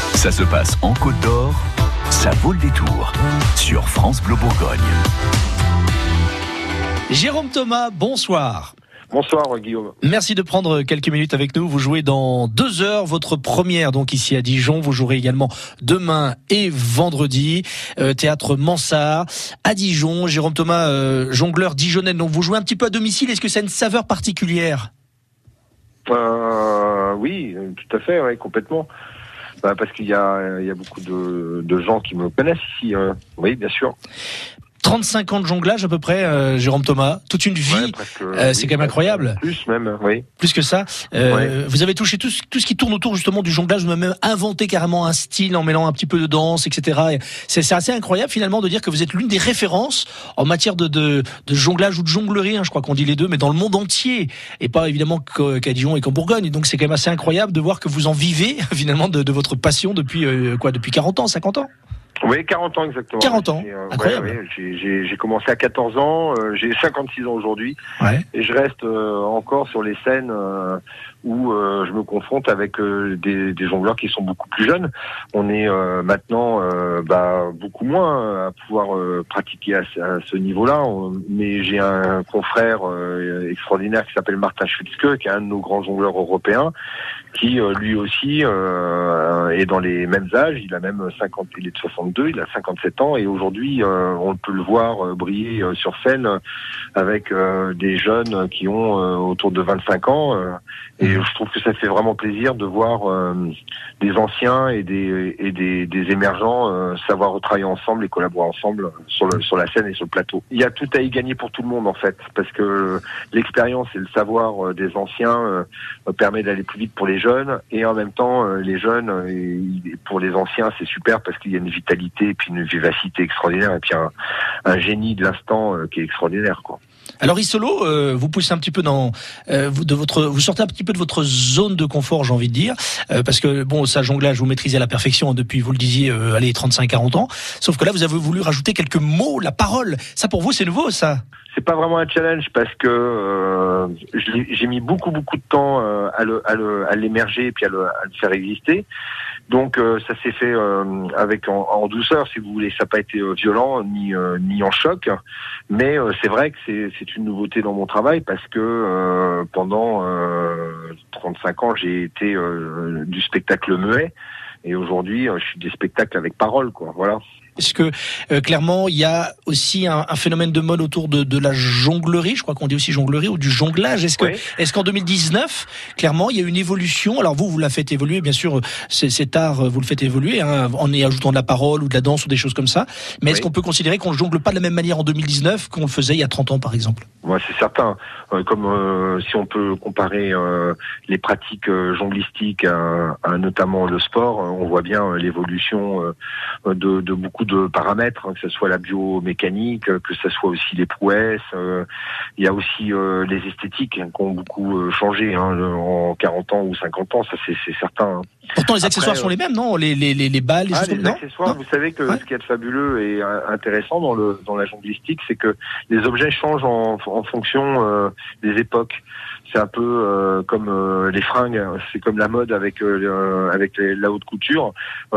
Ça se passe en Côte d'Or, ça vaut le détour sur France Bleu Bourgogne. Jérôme Thomas, bonsoir. Bonsoir Guillaume. Merci de prendre quelques minutes avec nous. Vous jouez dans 2 heures votre première donc ici à Dijon. Vous jouerez également demain et vendredi. Théâtre Mansart à Dijon. Jérôme Thomas, jongleur dijonnais. Donc vous jouez un petit peu à domicile. Est-ce que ça a une saveur particulière ? Oui, tout à fait, ouais, complètement. Parce qu'il y a beaucoup de gens qui me connaissent ici. Oui, bien sûr. 35 ans de jonglage à peu près, Jérôme Thomas. Toute une vie, ouais, presque, c'est quand même incroyable. Plus même, oui. Plus que ça. Vous avez touché tout ce qui tourne autour justement du jonglage. Vous avez même inventé carrément un style en mêlant un petit peu de danse, etc. Et c'est assez incroyable finalement de dire que vous êtes l'une des références en matière de jonglage ou de jonglerie, je crois qu'on dit les deux, mais dans le monde entier. Et pas évidemment qu'à Dijon et qu'en Bourgogne. Donc c'est quand même assez incroyable de voir que vous en vivez finalement de votre passion depuis depuis 40 ans, 50 ans. Oui, 40 ans exactement. 40 ans, incroyable. Ouais, j'ai commencé à 14 ans, j'ai 56 ans aujourd'hui, et je reste encore sur les scènes où je me confronte avec des jongleurs qui sont beaucoup plus jeunes. On est maintenant beaucoup moins à pouvoir pratiquer à ce niveau-là, mais j'ai un confrère extraordinaire qui s'appelle Martin Schwitzke, qui est un de nos grands jongleurs européens, qui lui aussi est dans les mêmes âges. Il a même il est de 62, il a 57 ans, et aujourd'hui on peut le voir briller sur scène avec des jeunes qui ont autour de 25 ans, et je trouve que ça fait vraiment plaisir de voir des anciens et des émergents savoir travailler ensemble et collaborer ensemble sur la scène et sur le plateau. Il y a tout à y gagner pour tout le monde en fait, parce que l'expérience et le savoir des anciens permet d'aller plus vite pour les jeunes, et en même temps les jeunes et pour les anciens c'est super parce qu'il y a une vitalité et puis une vivacité extraordinaire et puis un génie de l'instant qui est extraordinaire, quoi. Alors Isolo, vous poussez un petit peu vous sortez un petit peu de votre zone de confort, j'ai envie de dire, parce que ça jonglage vous maîtrisez à la perfection depuis, vous le disiez, 35-40 ans. Sauf que là vous avez voulu rajouter quelques mots, la parole. Ça pour vous c'est nouveau, ça? C'est pas vraiment un challenge parce que j'ai mis beaucoup de temps à l'émerger et puis à le faire exister. Donc ça s'est fait en douceur, si vous voulez. Ça n'a pas été violent ni en choc, mais c'est vrai que c'est une nouveauté dans mon travail parce que pendant 35 ans j'ai été du spectacle muet, et aujourd'hui je suis des spectacles avec parole, quoi. Voilà. Est-ce que clairement il y a aussi un phénomène de mode autour de la jonglerie, je crois qu'on dit aussi jonglerie, ou du jonglage. Est-ce qu'en 2019 clairement il y a une évolution? Alors vous la faites évoluer, bien sûr, cet art vous le faites évoluer en y ajoutant de la parole ou de la danse ou des choses comme ça, mais est-ce qu'on peut considérer qu'on ne jongle pas de la même manière en 2019 qu'on le faisait il y a 30 ans par exemple? Ouais, c'est certain. Comme si on peut comparer les pratiques jonglistiques à notamment le sport, on voit bien l'évolution de beaucoup de paramètres, que ce soit la biomécanique, que ce soit aussi les prouesses. Il y a aussi les esthétiques qui ont beaucoup changé en 40 ans ou 50 ans, ça c'est certain. Pourtant les accessoires sont les mêmes, non? Les balles, les choses comme ça. Les accessoires, vous savez que ce qui est de fabuleux et intéressant dans la jonglistique, c'est que les objets changent en fonction des époques. C'est un peu comme les fringues, c'est comme la mode avec la haute couture.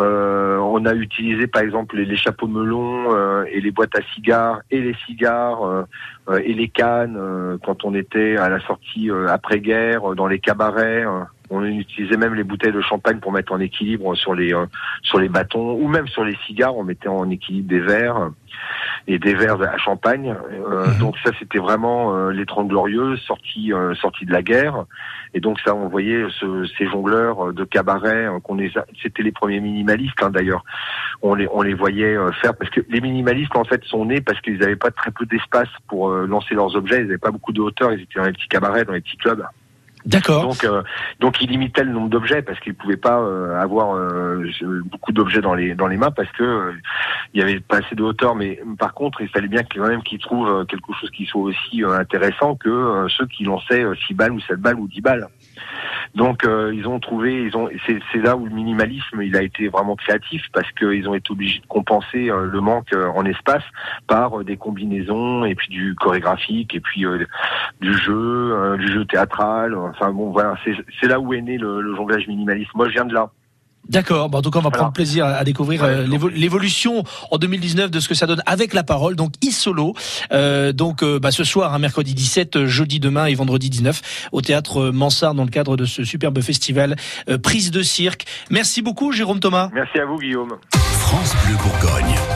On a utilisé par exemple les chapeaux melons et les boîtes à cigares et les cigares et les cannes quand on était à la sortie après-guerre dans les cabarets. On utilisait même les bouteilles de champagne pour mettre en équilibre sur les bâtons, ou même sur les cigares, on mettait en équilibre des verres et des verres à champagne. Donc ça, c'était vraiment les 30 Glorieuses sortis de la guerre. Et donc ça, on voyait ces jongleurs de cabaret, c'était les premiers minimalistes, d'ailleurs. On les voyait faire, parce que les minimalistes en fait sont nés parce qu'ils n'avaient pas très peu d'espace pour lancer leurs objets. Ils n'avaient pas beaucoup de hauteur. Ils étaient dans les petits cabarets, dans les petits clubs. D'accord. Donc il limitait le nombre d'objets parce qu'il pouvait pas avoir beaucoup d'objets dans les mains parce que il y avait pas assez de hauteur. Mais par contre, il fallait bien quand même qu'ils trouvent quelque chose qui soit aussi intéressant que ceux qui lançaient 6 balles ou 7 balles ou 10 balles. Donc ils ont trouvé, c'est là où le minimalisme il a été vraiment créatif parce qu'ils ont été obligés de compenser le manque en espace par des combinaisons et puis du chorégraphique et puis du jeu théâtral. Enfin bon, voilà, c'est là où est né le jonglage minimaliste. Moi, je viens de là. D'accord. Bon, en tout cas, on va prendre plaisir à découvrir l'évolution en 2019 de ce que ça donne avec la parole. Donc, Isolo. Ce soir, mercredi 17, jeudi demain et vendredi 19, au théâtre Mansart dans le cadre de ce superbe festival Prise de cirque. Merci beaucoup, Jérôme Thomas. Merci à vous, Guillaume. France Bleu Bourgogne.